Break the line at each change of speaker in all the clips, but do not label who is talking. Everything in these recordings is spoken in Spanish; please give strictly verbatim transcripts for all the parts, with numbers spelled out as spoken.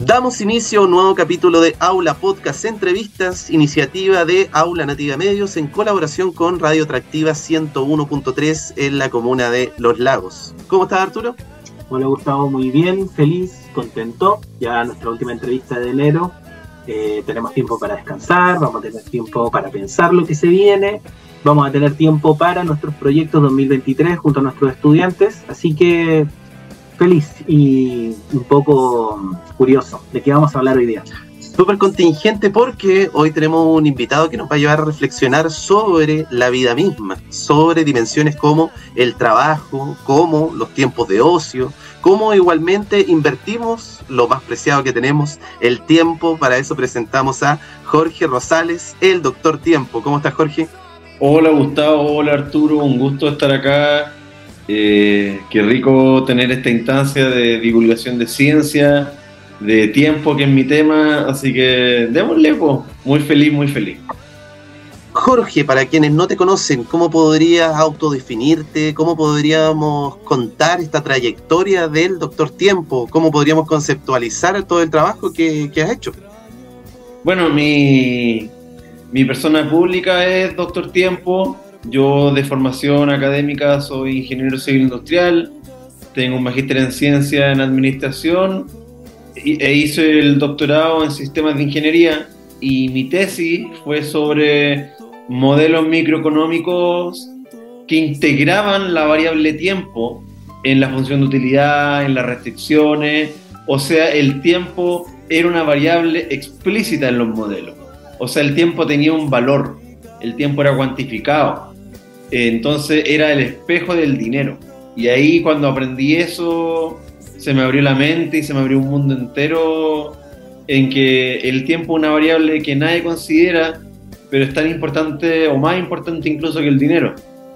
Damos inicio a un nuevo capítulo de Aula Podcast Entrevistas, iniciativa de Aula Nativa Medios en colaboración con Radio Atractiva ciento uno punto tres en la comuna de Los Lagos. ¿Cómo estás, Arturo?
Hola, Gustavo, muy bien, feliz, contento. Ya nuestra última entrevista de enero. Eh, tenemos tiempo para descansar, vamos a tener tiempo para pensar lo que se viene, vamos a tener tiempo para nuestros proyectos dos mil veintitrés junto a nuestros estudiantes, así que feliz y un poco curioso de qué vamos a hablar hoy día.
Súper contingente porque hoy tenemos un invitado que nos va a llevar a reflexionar sobre la vida misma, sobre dimensiones como el trabajo, como los tiempos de ocio, cómo igualmente invertimos lo más preciado que tenemos, el tiempo. Para eso presentamos a Jorge Rosales, el Doctor Tiempo. ¿Cómo estás, Jorge?
Hola, Gustavo, hola, Arturo, un gusto estar acá. Eh, qué rico tener esta instancia de divulgación de ciencia, de tiempo, que es mi tema, así que démosle, po. Muy feliz, muy feliz.
Jorge, para quienes no te conocen, ¿cómo podrías autodefinirte? ¿Cómo podríamos contar esta trayectoria del Doctor Tiempo? ¿Cómo podríamos conceptualizar todo el trabajo que, que has hecho?
Bueno, mi, mi persona pública es Doctor Tiempo. Yo de formación académica soy ingeniero civil industrial, tengo un magíster en ciencia en administración e hice el doctorado en sistemas de ingeniería, y mi tesis fue sobre modelos microeconómicos que integraban la variable tiempo en la función de utilidad, en las restricciones. O sea, el tiempo era una variable explícita en los modelos, o sea, el tiempo tenía un valor, el tiempo era cuantificado. Entonces era el espejo del dinero, y ahí cuando aprendí eso se me abrió la mente y se me abrió un mundo entero en que el tiempo es una variable que nadie considera, pero es tan importante o más importante incluso que el dinero.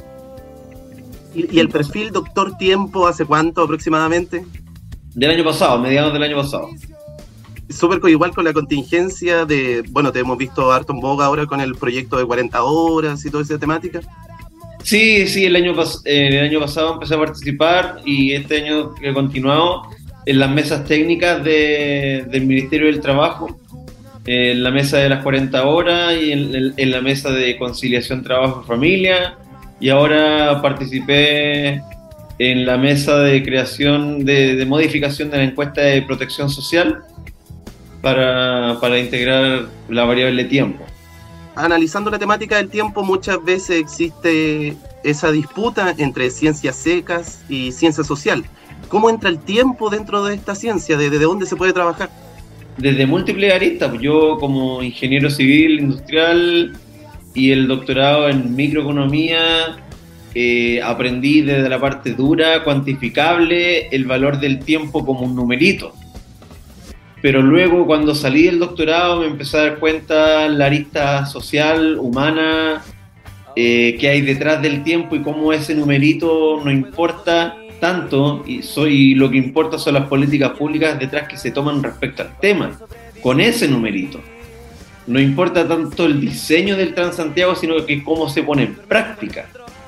¿Y, y el perfil Doctor Tiempo hace cuánto aproximadamente?
Del año pasado, mediados del año pasado.
Súper igual con la contingencia de, bueno, te hemos visto harto en boga ahora con el proyecto de cuarenta horas y toda esa temática.
Sí, sí, el año, pas- el año pasado empecé a participar, y este año he continuado en las mesas técnicas de, del Ministerio del Trabajo, en la mesa de las cuarenta horas y en, en la mesa de conciliación trabajo-familia, y ahora participé en la mesa de creación, de, de modificación de la encuesta de protección social para, para integrar la variable tiempo.
Analizando la temática del tiempo, muchas veces existe esa disputa entre ciencias secas y ciencia social. ¿Cómo entra el tiempo dentro de esta ciencia? ¿Desde dónde se puede trabajar?
Desde múltiples aristas. Yo, como ingeniero civil industrial y el doctorado en microeconomía, eh, aprendí desde la parte dura, cuantificable, el valor del tiempo como un numerito. Pero luego, cuando salí del doctorado, me empecé a dar cuenta la arista social, humana, eh, que hay detrás del tiempo, y cómo ese numerito no importa tanto, y soy, lo que importa son las políticas públicas detrás que se toman respecto al tema, con ese numerito. No importa tanto el diseño del Transantiago, sino que cómo se pone en práctica.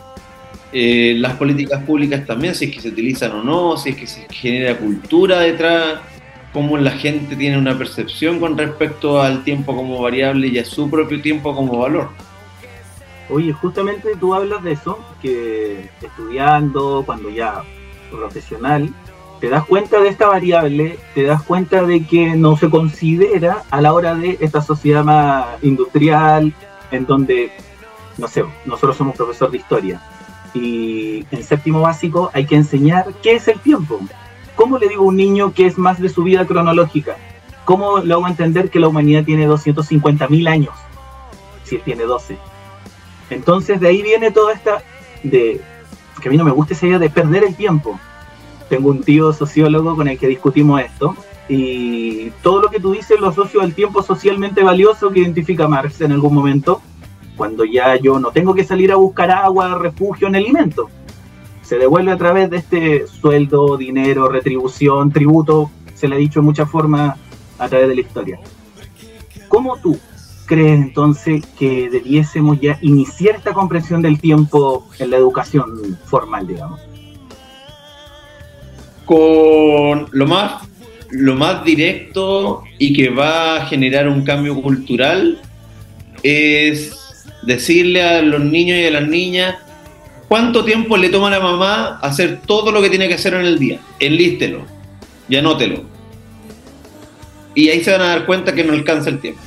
Eh, las políticas públicas también, si es que se utilizan o no, si es que se genera cultura detrás, cómo la gente tiene una percepción con respecto al tiempo como variable y a su propio tiempo como valor.
Oye, justamente tú hablas de eso, que estudiando, cuando ya profesional, te das cuenta de esta variable, te das cuenta de que no se considera a la hora de esta sociedad más industrial, en donde, no sé, nosotros somos profesor de historia, y en séptimo básico hay que enseñar qué es el tiempo. ¿Cómo le digo a un niño que es más de su vida cronológica? ¿Cómo le hago entender que la humanidad tiene doscientos cincuenta mil años? Si él tiene doce. Entonces de ahí viene toda esta, de que a mí no me gusta esa idea de perder el tiempo. Tengo un tío sociólogo con el que discutimos esto, y todo lo que tú dices lo asocio al tiempo socialmente valioso que identifica Marx en algún momento, cuando ya yo no tengo que salir a buscar agua, refugio en alimento. Se devuelve a través de este sueldo, dinero, retribución, tributo, se le ha dicho de muchas formas a través de la historia. ¿Cómo tú crees entonces que debiésemos ya iniciar esta comprensión del tiempo en la educación formal, digamos?
Con lo más lo más directo y que va a generar un cambio cultural es decirle a los niños y a las niñas cuánto tiempo le toma a la mamá hacer todo lo que tiene que hacer en el día. Enlístelo y anótelo. Y ahí se van a dar cuenta que no alcanza el tiempo.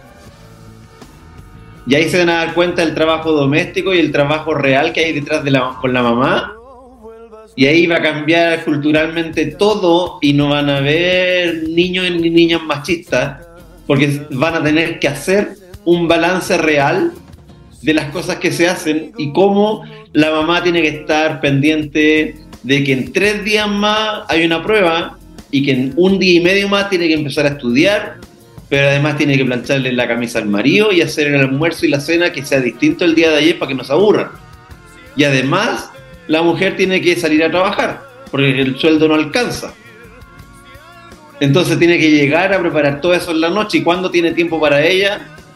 Y ahí se van a dar cuenta del trabajo doméstico y el trabajo real que hay detrás de la, con la mamá. Y ahí va a cambiar culturalmente todo y no van a haber niños ni niñas machistas, porque van a tener que hacer un balance real de las cosas que se hacen y cómo la mamá tiene que estar pendiente de que en tres días más hay una prueba y que en un día y medio más tiene que empezar a estudiar, pero además tiene que plancharle la camisa al marido y hacer el almuerzo y la cena que sea distinto el día de ayer para que no se aburran. Y además la mujer tiene que salir a trabajar porque el sueldo no alcanza. Entonces tiene que llegar a preparar todo eso en la noche. ¿Y cuándo tiene tiempo para ella?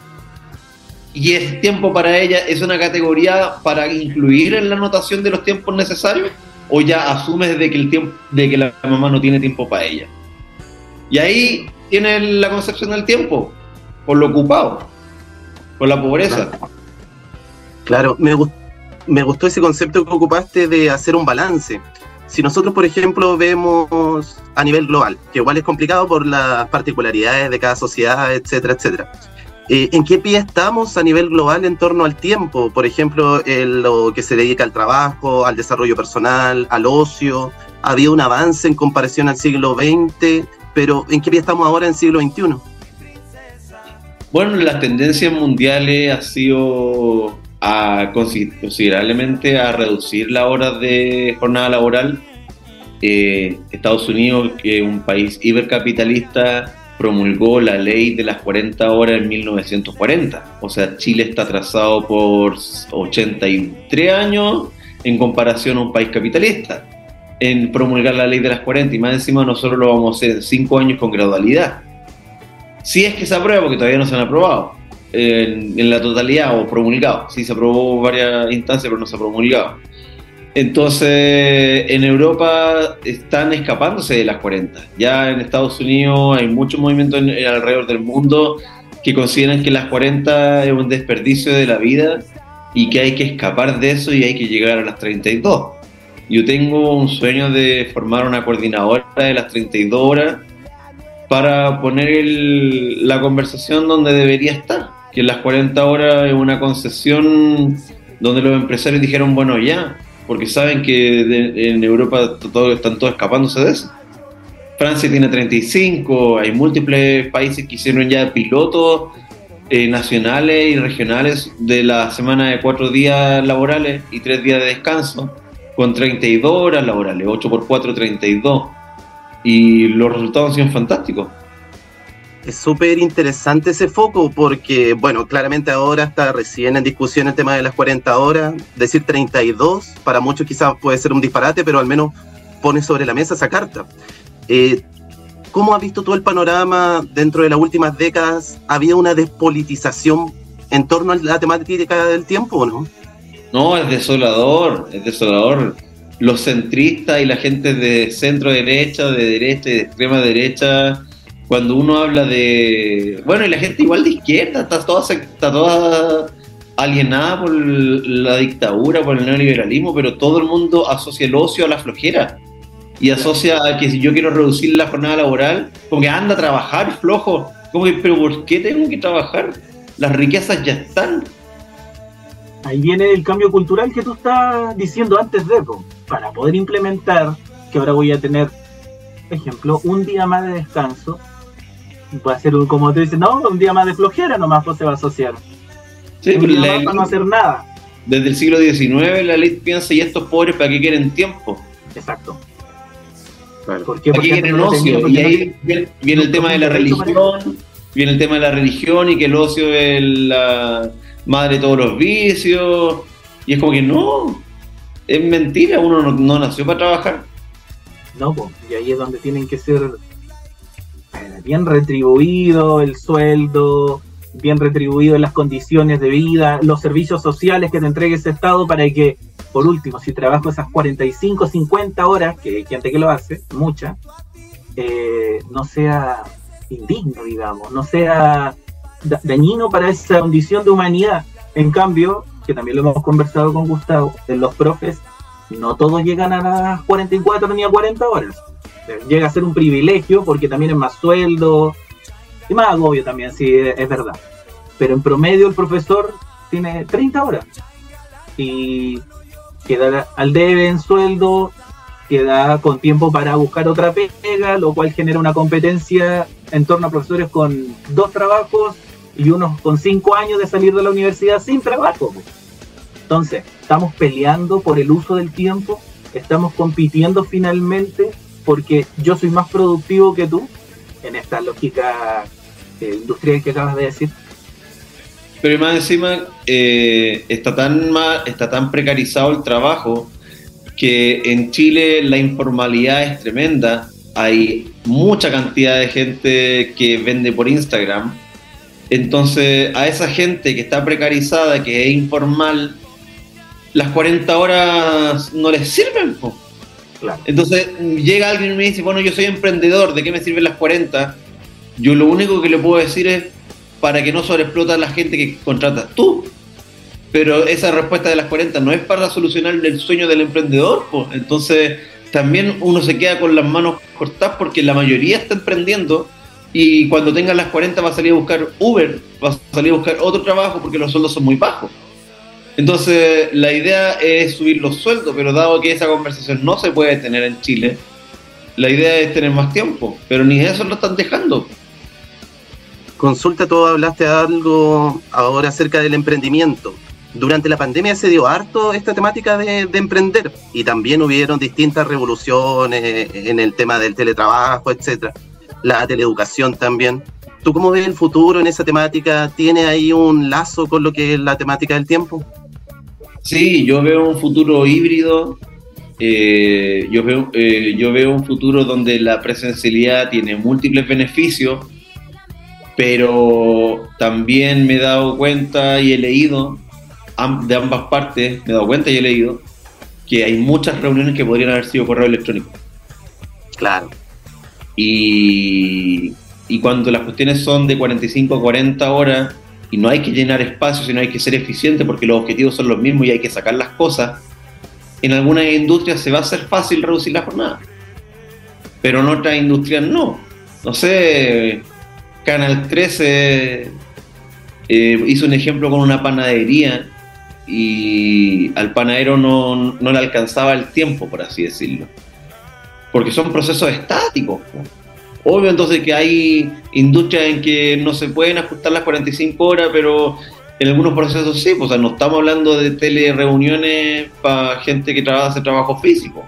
Y ese tiempo para ella es una categoría para incluir en la anotación de los tiempos necesarios, o ya asumes de que el tiempo, de que la mamá no tiene tiempo para ella. Y ahí tiene la concepción del tiempo, por lo ocupado, por la pobreza.
Claro, me, me gustó ese concepto que ocupaste de hacer un balance. Si nosotros, por ejemplo, vemos a nivel global, que igual es complicado por las particularidades de cada sociedad, etcétera, etcétera. Eh, ¿En qué pie estamos a nivel global en torno al tiempo? Por ejemplo, en lo que se dedica al trabajo, al desarrollo personal, al ocio. Había un avance en comparación al siglo veinte, pero ¿en qué pie estamos ahora en el siglo veintiuno?
Bueno, las tendencias mundiales han sido a, considerablemente a reducir las horas de jornada laboral. Eh, Estados Unidos, que es un país hipercapitalista, promulgó la ley de las cuarenta horas en mil novecientos cuarenta. O sea, Chile está atrasado por ochenta y tres años en comparación a un país capitalista en promulgar la ley de las cuarenta, y más encima nosotros lo vamos a hacer en cinco años con gradualidad. Si es que se aprueba, porque todavía no se han aprobado en, en la totalidad o promulgado. Sí se aprobó varias instancias, pero no se ha promulgado. Entonces, en Europa están escapándose de las cuarenta. Ya en Estados Unidos hay mucho movimiento en, en alrededor del mundo que consideran que las cuarenta es un desperdicio de la vida y que hay que escapar de eso y hay que llegar a las treinta y dos. Yo tengo un sueño de formar una coordinadora de las treinta y dos horas para poner el, la conversación donde debería estar, que en las cuarenta horas es una concesión donde los empresarios dijeron, bueno, ya, porque saben que de, en Europa todo, están todos escapándose de eso. Francia tiene treinta y cinco, hay múltiples países que hicieron ya pilotos eh, nacionales y regionales de la semana de cuatro días laborales y tres días de descanso, con treinta y dos horas laborales, ocho por cuatro, treinta y dos. Y los resultados han sido fantásticos.
Es súper interesante ese foco porque, bueno, claramente ahora está recién en discusión el tema de las cuarenta horas. Decir treinta y dos, para muchos quizás puede ser un disparate, pero al menos pone sobre la mesa esa carta. Eh, ¿Cómo has visto tú el panorama dentro de las últimas décadas? ¿Había una despolitización en torno a la temática del tiempo o no?
No, es desolador, es desolador. Los centristas y la gente de centro derecha, de derecha y de extrema derecha, cuando uno habla de... Bueno, y la gente igual de izquierda, está toda, está toda alienada por la dictadura, por el neoliberalismo, pero todo el mundo asocia el ocio a la flojera. Y asocia a que si yo quiero reducir la jornada laboral, como que anda a trabajar, flojo. Como que, pero ¿por qué tengo que trabajar? Las riquezas ya están.
Ahí viene el cambio cultural que tú estás diciendo antes de eso. Para poder implementar, que ahora voy a tener, por ejemplo, un día más de descanso, puede ser un, como te dicen, no, un día más de flojera nomás pues se va a asociar.
Sí,
un día más para no hacer nada.
Desde el siglo diecinueve la ley piensa, ¿y estos pobres para qué quieren tiempo?
Exacto.
Claro.
¿Por qué?
Aquí viene el ocio, y ahí viene, viene el tema de la religión, viene el tema de la religión y que el ocio es la madre de todos los vicios, y es como que no, es mentira, uno no, no nació para trabajar.
No, pues, y ahí es donde tienen que ser bien retribuido el sueldo, bien retribuido las condiciones de vida, los servicios sociales que te entregue ese Estado para que, por último, si trabajo esas cuarenta y cinco, cincuenta horas, que hay gente que lo hace, muchas, eh, no sea indigno, digamos, no sea da- dañino para esa condición de humanidad. En cambio, que también lo hemos conversado con Gustavo, en los profes, no todos llegan a las cuarenta y cuatro ni a cuarenta horas. Llega a ser un privilegio porque también es más sueldo y más agobio también, sí, es, es verdad. Pero en promedio el profesor tiene treinta horas y queda al debe en sueldo, queda con tiempo para buscar otra pega, lo cual genera una competencia en torno a profesores con dos trabajos y unos con cinco años de salir de la universidad sin trabajo. Entonces, estamos peleando por el uso del tiempo, estamos compitiendo finalmente porque yo soy más productivo que tú, en esta lógica eh, industrial que acabas de decir.
Pero más encima eh, está tan mal, está tan precarizado el trabajo que en Chile la informalidad es tremenda. Hay mucha cantidad de gente que vende por Instagram. Entonces a esa gente que está precarizada, que es informal, las cuarenta horas no les sirven, po.
Claro.
Entonces llega alguien y me dice, bueno, yo soy emprendedor, ¿de qué me sirven las cuarenta? Yo lo único que le puedo decir es para que no sobreexplota a la gente que contratas tú. Pero esa respuesta de las cuarenta no es para solucionar el sueño del emprendedor, pues. Entonces también uno se queda con las manos cortadas porque la mayoría está emprendiendo y cuando tenga las cuarenta va a salir a buscar Uber, va a salir a buscar otro trabajo porque los sueldos son muy bajos. Entonces la idea es subir los sueldos, pero dado que esa conversación no se puede tener en Chile, la idea es tener más tiempo, pero ni eso lo están dejando.
Consulta, tú hablaste algo ahora acerca del emprendimiento. Durante la pandemia se dio harto esta temática de, de emprender y también hubieron distintas revoluciones en el tema del teletrabajo, etcétera. La teleeducación también. ¿Tú cómo ves el futuro en esa temática? ¿Tiene ahí un lazo con lo que es la temática del tiempo?
Sí, yo veo un futuro híbrido. Eh, yo, veo, eh, yo veo un futuro donde la presencialidad tiene múltiples beneficios, pero también me he dado cuenta y he leído de ambas partes, me he dado cuenta y he leído que hay muchas reuniones que podrían haber sido correo electrónico.
Claro.
Y, y cuando las cuestiones son de cuarenta y cinco a cuarenta horas y no hay que llenar espacios, sino hay que ser eficiente porque los objetivos son los mismos y hay que sacar las cosas, en algunas industrias se va a hacer fácil reducir la jornada, pero en otras industrias no. No sé, Canal trece eh, hizo un ejemplo con una panadería y al panadero no, no le alcanzaba el tiempo, por así decirlo, porque son procesos estáticos, po. Obvio entonces que hay industrias en que no se pueden ajustar las cuarenta y cinco horas, pero en algunos procesos sí, pues, o sea, no estamos hablando de telereuniones para gente que trabaja, hace trabajo físico,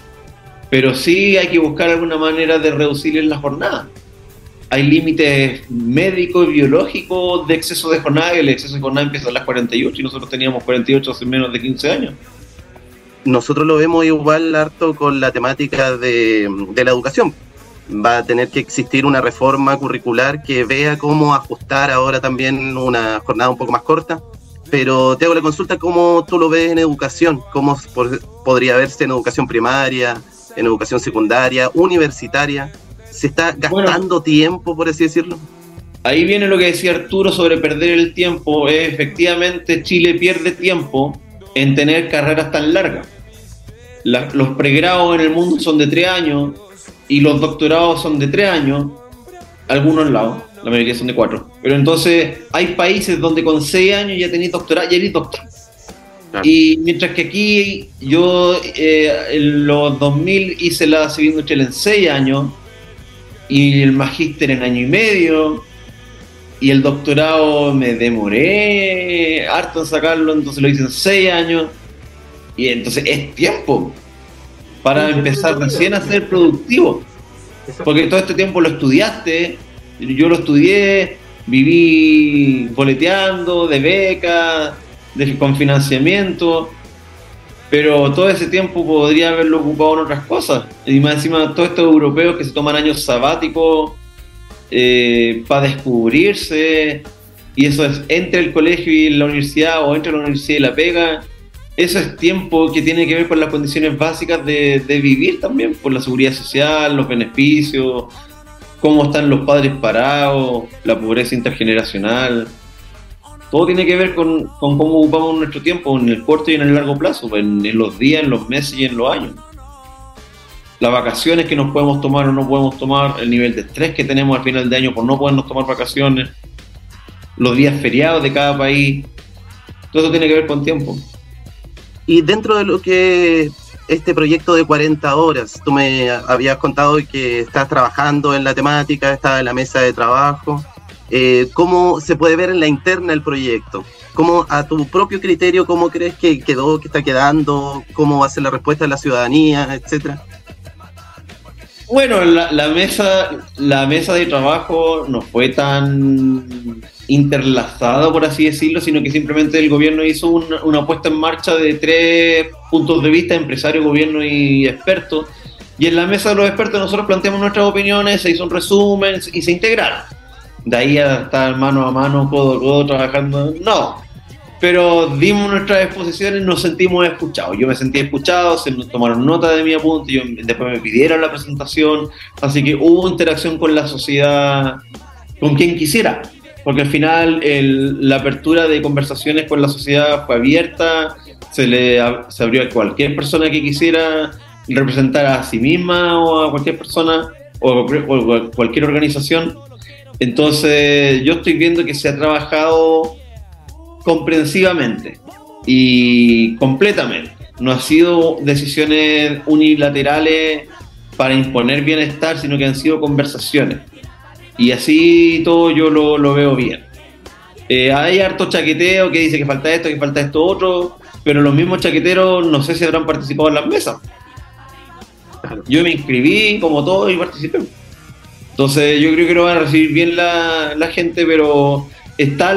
pero sí hay que buscar alguna manera de reducir la jornada. Hay límites médicos y biológicos de exceso de jornada, y el exceso de jornada empieza a las cuarenta y ocho y nosotros teníamos cuarenta y ocho hace menos de quince años.
Nosotros lo vemos igual harto con la temática de, de la educación. Va a tener que existir una reforma curricular que vea cómo ajustar ahora también una jornada un poco más corta, pero te hago la consulta, ¿cómo tú lo ves en educación? ¿Cómo por, podría verse en educación primaria, en educación secundaria, universitaria? ¿Se está gastando bueno, tiempo, por así decirlo?
Ahí viene lo que decía Arturo sobre perder el tiempo. Eh, efectivamente, Chile pierde tiempo en tener carreras tan largas. La, los pregrados en el mundo son de tres años y los doctorados son de tres años, algunos lados, la mayoría son de cuatro. Pero entonces hay países donde con seis años ya tenéis doctorado, ya eres doctor. Claro. Y mientras que aquí yo eh, en los dos mil hice la civil industrial en seis años, y el magíster en año y medio, y el doctorado me demoré harto en sacarlo, entonces lo hice en seis años, y entonces es tiempo para empezar recién a ser productivo, porque todo este tiempo lo estudiaste, yo lo estudié, viví boleteando, de beca, de, con financiamiento, pero todo ese tiempo podría haberlo ocupado en otras cosas. Y más encima, todos estos europeos que se toman años sabáticos eh, para descubrirse, y eso es entre el colegio y la universidad, o entre la universidad y la pega, eso es tiempo que tiene que ver con las condiciones básicas de, de vivir también, por la seguridad social, los beneficios, cómo están los padres parados, la pobreza intergeneracional. Todo tiene que ver con, con cómo ocupamos nuestro tiempo en el corto y en el largo plazo, en, en los días, en los meses y en los años. Las vacaciones que nos podemos tomar o no podemos tomar, el nivel de estrés que tenemos al final de año por no podernos tomar vacaciones, los días feriados de cada país, todo eso tiene que ver con tiempo.
Y dentro de lo que este proyecto de cuarenta horas, tú me habías contado que estás trabajando en la temática, estás en la mesa de trabajo, eh, ¿cómo se puede ver en la interna el proyecto? ¿Cómo, a tu propio criterio, cómo crees que quedó, que está quedando, cómo va a ser la respuesta de la ciudadanía, etcétera?
Bueno, la, la mesa la mesa de trabajo no fue tan interlazada, por así decirlo, sino que simplemente el gobierno hizo una, una puesta en marcha de tres puntos de vista, empresario, gobierno y expertos, y en la mesa de los expertos nosotros planteamos nuestras opiniones, se hizo un resumen y se integraron. De ahí a estar mano a mano, codo a codo, trabajando, no. Pero dimos nuestras exposiciones, nos sentimos escuchados. Yo me sentí escuchado, se tomaron nota de mi apunte, yo, después me pidieron la presentación, así que hubo interacción con la sociedad, con quien quisiera, porque al final el, la apertura de conversaciones con la sociedad fue abierta, se le se abrió a cualquier persona que quisiera representar a sí misma o a cualquier persona o, o a cualquier organización. Entonces yo estoy viendo que se ha trabajado comprensivamente y completamente. No han sido decisiones unilaterales para imponer bienestar, sino que han sido conversaciones. Y así todo yo lo, lo veo bien. Eh, hay harto chaqueteo que dice que falta esto, que falta esto otro, pero los mismos chaqueteros no sé si habrán participado en las mesas. Yo me inscribí como todo y participé. Entonces yo creo que lo van a recibir bien la, la gente, pero está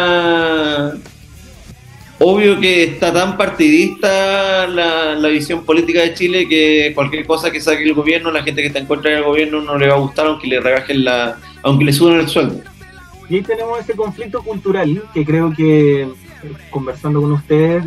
la... Obvio que está tan partidista la, la visión política de Chile que cualquier cosa que saque el gobierno, la gente que está en contra del gobierno no le va a gustar aunque le rebajen la... aunque le suban el sueldo.
Y ahí tenemos ese conflicto cultural que creo que, conversando con ustedes,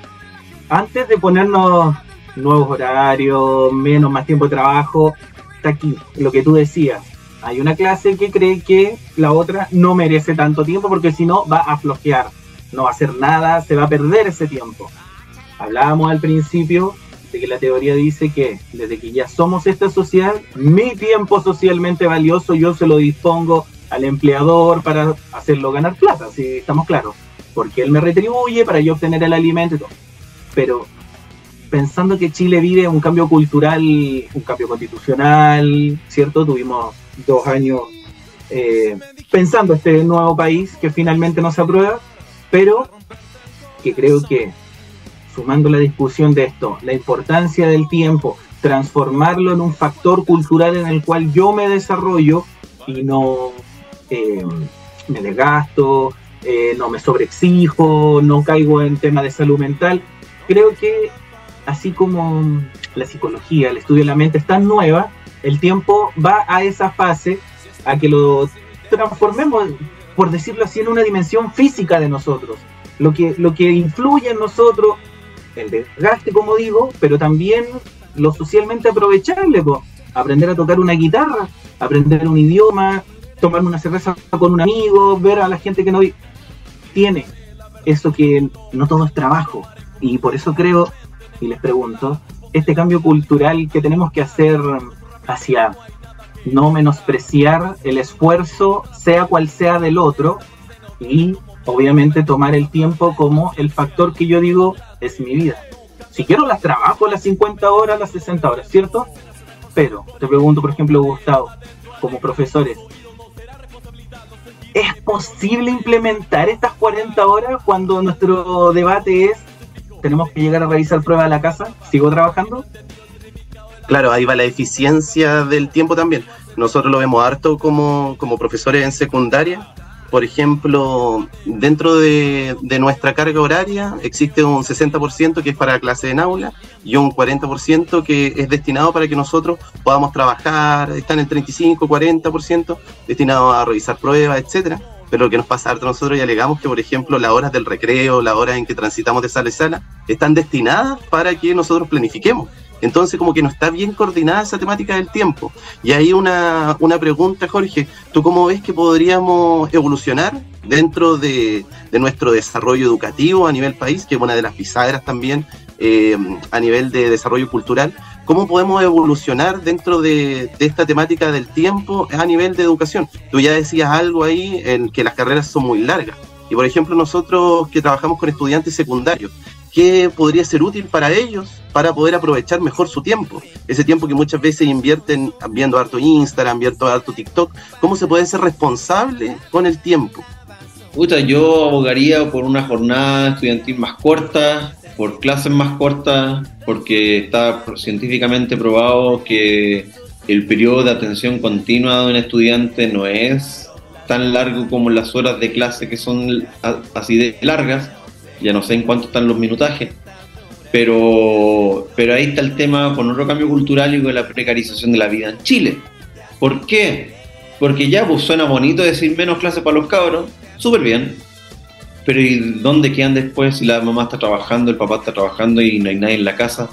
antes de ponernos nuevos horarios, menos, más tiempo de trabajo, está aquí, lo que tú decías. Hay una clase que cree que la otra no merece tanto tiempo porque si no va a flojear, no va a hacer nada, se va a perder ese tiempo. Hablábamos al principio de que la teoría dice que desde que ya somos esta sociedad, mi tiempo socialmente valioso yo se lo dispongo al empleador para hacerlo ganar plata, si estamos claros, porque él me retribuye para yo obtener el alimento y todo. Pero pensando que Chile vive un cambio cultural, un cambio constitucional, ¿cierto? Tuvimos dos años eh, pensando este nuevo país que finalmente no se aprueba, pero que creo que sumando la discusión de esto, la importancia del tiempo, transformarlo en un factor cultural en el cual yo me desarrollo y no eh, me desgasto, eh, no me sobreexijo, no caigo en temas de salud mental. Creo que así como la psicología, el estudio de la mente es tan nueva, el tiempo va a esa fase, a que lo transformemos, por decirlo así, en una dimensión física de nosotros. Lo que, lo que influye en nosotros, el desgaste, como digo, pero también lo socialmente aprovechable, po. Aprender a tocar una guitarra, aprender un idioma, tomarme una cerveza con un amigo, ver a la gente que no tiene. Eso que no todo es trabajo. Y por eso creo, y les pregunto, este cambio cultural que tenemos que hacer hacia no menospreciar el esfuerzo, sea cual sea del otro, y obviamente tomar el tiempo como el factor que yo digo es mi vida. Si quiero las trabajo las cincuenta horas, las sesenta horas, ¿cierto? Pero te pregunto, por ejemplo, Gustavo, como profesores, ¿es posible implementar estas cuarenta horas cuando nuestro debate es tenemos que llegar a revisar pruebas a la casa? ¿Sigo trabajando?
Claro, ahí va la eficiencia del tiempo también. Nosotros lo vemos harto como, como profesores en secundaria. Por ejemplo, dentro de, de nuestra carga horaria existe un sesenta por ciento que es para clase en aula y un cuarenta por ciento que es destinado para que nosotros podamos trabajar. Están el treinta y cinco, cuarenta por ciento destinado a revisar pruebas, etcétera. pero lo que nos pasa harto a nosotros y alegamos que, por ejemplo, las horas del recreo, las horas en que transitamos de sala a sala, están destinadas para que nosotros planifiquemos. Entonces, como que no está bien coordinada esa temática del tiempo. Y ahí una, una pregunta, Jorge, ¿tú cómo ves que podríamos evolucionar dentro de, de nuestro desarrollo educativo a nivel país, que es una de las bisagras también eh, a nivel de desarrollo cultural? ¿Cómo podemos evolucionar dentro de, de esta temática del tiempo a nivel de educación? Tú ya decías algo ahí en que las carreras son muy largas. Y, por ejemplo, nosotros que trabajamos con estudiantes secundarios, ¿qué podría ser útil para ellos para poder aprovechar mejor su tiempo? Ese tiempo que muchas veces invierten viendo harto Instagram, viendo harto TikTok. ¿Cómo se puede ser responsable con el tiempo?
Puta, yo abogaría por una jornada estudiantil más corta, por clases más cortas, porque está científicamente probado que el periodo de atención continua de un estudiante no es tan largo como las horas de clase, que son así de largas. Ya no sé en cuánto están los minutajes, pero, pero ahí está el tema con otro cambio cultural y con la precarización de la vida en Chile. ¿Por qué? Porque ya pues suena bonito decir menos clases para los cabros, súper bien, pero ¿y dónde quedan después si la mamá está trabajando, el papá está trabajando y no hay nadie en la casa?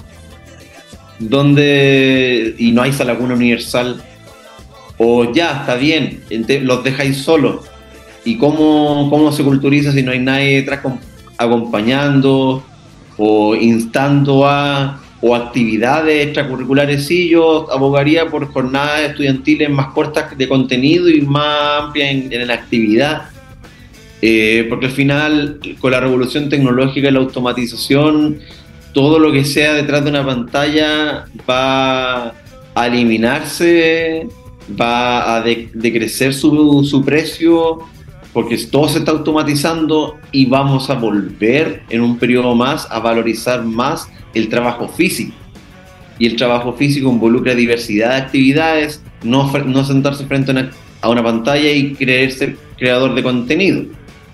¿Dónde? Y no hay esa laguna universal. O ya, está bien, los dejáis solos. ¿Y cómo, cómo se culturiza si no hay nadie detrás con acompañando o instando a o actividades extracurriculares? Sí, yo abogaría por jornadas estudiantiles más cortas de contenido y más amplias en, en la actividad, eh, porque al final con la revolución tecnológica y la automatización, todo lo que sea detrás de una pantalla va a eliminarse, va a de, decrecer su, su precio, porque todo se está automatizando y vamos a volver en un periodo más a valorizar más el trabajo físico. Y el trabajo físico involucra diversidad de actividades, no, no sentarse frente a una, a una pantalla y creerse creador de contenido.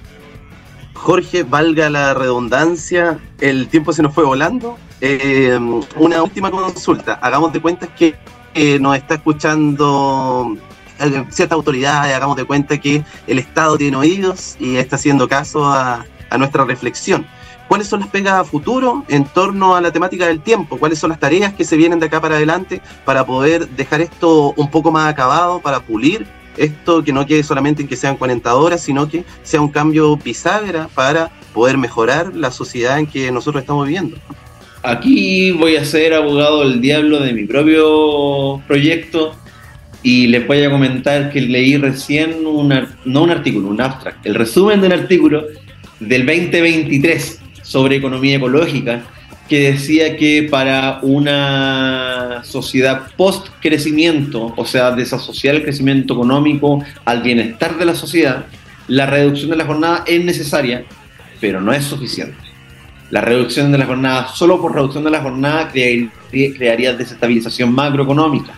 Jorge, valga la redundancia, el tiempo se nos fue volando. Eh, una última consulta, hagamos de cuenta que eh, nos está escuchando cierta autoridad, y hagamos de cuenta que el Estado tiene oídos y está haciendo caso a, a nuestra reflexión. ¿Cuáles son las pegas a futuro en torno a la temática del tiempo? ¿Cuáles son las tareas que se vienen de acá para adelante para poder dejar esto un poco más acabado, para pulir esto, que no quede solamente en que sean cuarenta horas, sino que sea un cambio bisagra para poder mejorar la sociedad en que nosotros estamos viviendo?
Aquí voy a ser abogado del diablo de mi propio proyecto. Y les voy a comentar que leí recién, una, no un artículo, un abstract, el resumen de un artículo del veinte veintitrés sobre economía ecológica, que decía que para una sociedad post-crecimiento, o sea, desasociar el crecimiento económico al bienestar de la sociedad, la reducción de la jornada es necesaria, pero no es suficiente. La reducción de la jornada, solo por reducción de la jornada, crearía, crearía desestabilización macroeconómica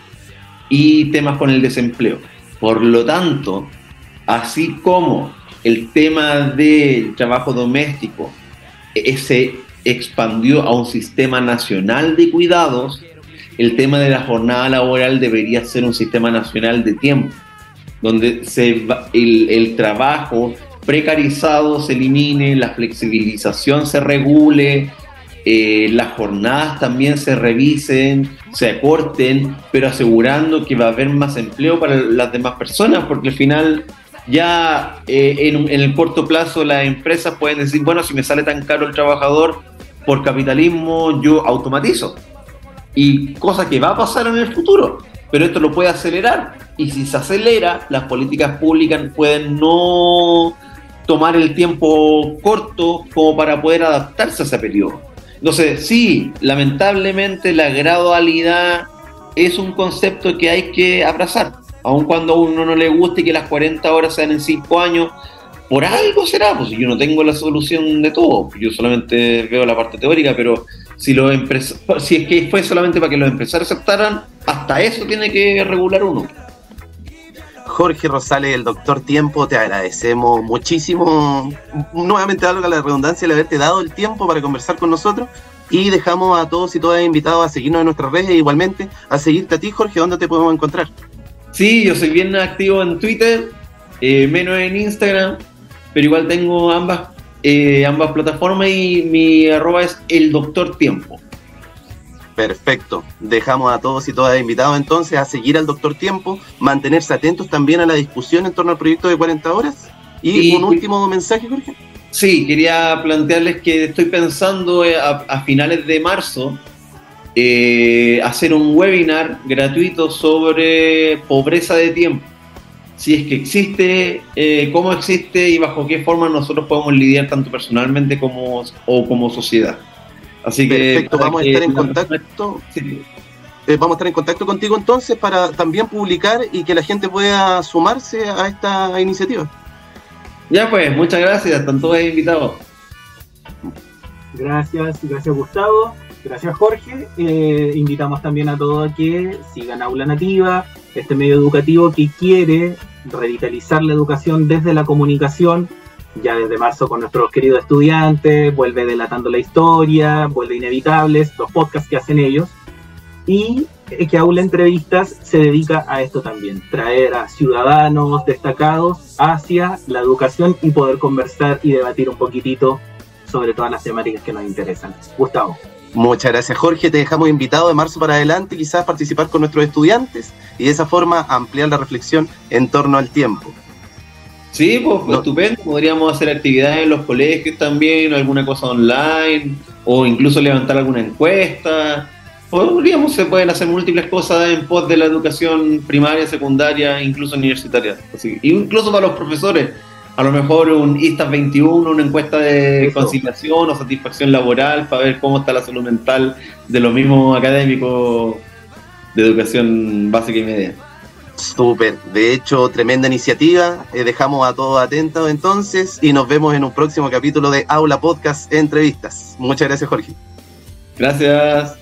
y temas con el desempleo. Por lo tanto, así como el tema del trabajo doméstico eh, se expandió a un sistema nacional de cuidados, el tema de la jornada laboral debería ser un sistema nacional de tiempo, donde se va, el, el trabajo precarizado se elimine, la flexibilización se regule, Eh, las jornadas también se revisen, se acorten, pero asegurando que va a haber más empleo para las demás personas, porque al final ya eh, en, en el corto plazo las empresas pueden decir, bueno, si me sale tan caro el trabajador, por capitalismo yo automatizo, y cosa que va a pasar en el futuro, pero esto lo puede acelerar, y si se acelera, las políticas públicas pueden no tomar el tiempo corto como para poder adaptarse a ese periodo. Entonces, sí, lamentablemente la gradualidad es un concepto que hay que abrazar, aun cuando a uno no le guste que las cuarenta horas sean en cinco años, por algo será, pues yo no tengo la solución de todo, yo solamente veo la parte teórica, pero si, los empres- si es que fue solamente para que los empresarios aceptaran, hasta eso tiene que regular uno.
Jorge Rosales, el doctor Tiempo, te agradecemos muchísimo, nuevamente valga la redundancia, el haberte dado el tiempo para conversar con nosotros, y dejamos a todos y todas invitados a seguirnos en nuestras redes e igualmente a seguirte a ti, Jorge. ¿Dónde te podemos encontrar?
Sí, yo soy bien activo en Twitter, eh, menos en Instagram, pero igual tengo ambas, eh, ambas plataformas y mi arroba es el doctor tiempo.
Perfecto. Dejamos a todos y todas invitados entonces a seguir al Doctor Tiempo, mantenerse atentos también a la discusión en torno al proyecto de cuarenta horas. Y, y un último mensaje, Jorge.
Sí, quería plantearles que estoy pensando a, a finales de marzo eh, hacer un webinar gratuito sobre pobreza de tiempo. Si es que existe, eh, cómo existe y bajo qué forma nosotros podemos lidiar tanto personalmente como, o como sociedad. Así que
perfecto, vamos a estar en contacto. Sí. Eh, vamos a estar en contacto contigo entonces para también publicar y que la gente pueda sumarse a esta iniciativa.
Ya pues, muchas gracias, están todos invitados.
Gracias, gracias Gustavo, gracias Jorge. Eh, invitamos también a todos a que sigan Aula Nativa, este medio educativo que quiere revitalizar la educación desde la comunicación. Ya desde marzo con nuestros queridos estudiantes, vuelve Delatando la Historia, vuelve Inevitables, los podcasts que hacen ellos. Y que Aula Entrevistas se dedica a esto también, traer a ciudadanos destacados hacia la educación y poder conversar y debatir un poquitito sobre todas las temáticas que nos interesan. Gustavo.
Muchas gracias, Jorge. Te dejamos invitado de marzo para adelante, quizás participar con nuestros estudiantes y de esa forma ampliar la reflexión en torno al tiempo.
Sí, pues no. Estupendo. Podríamos hacer actividades en los colegios también, alguna cosa online, o incluso levantar alguna encuesta. Podríamos, se pueden hacer múltiples cosas en pos de la educación primaria, secundaria, incluso universitaria. Así, incluso para los profesores, a lo mejor un I S T A S veintiuno, una encuesta de Eso. conciliación o satisfacción laboral para ver cómo está la salud mental de los mismos académicos de educación básica y media.
Súper, de hecho, tremenda iniciativa. Eh, dejamos a todos atentos entonces y nos vemos en un próximo capítulo de Aula Podcast Entrevistas. Muchas gracias, Jorge.
Gracias.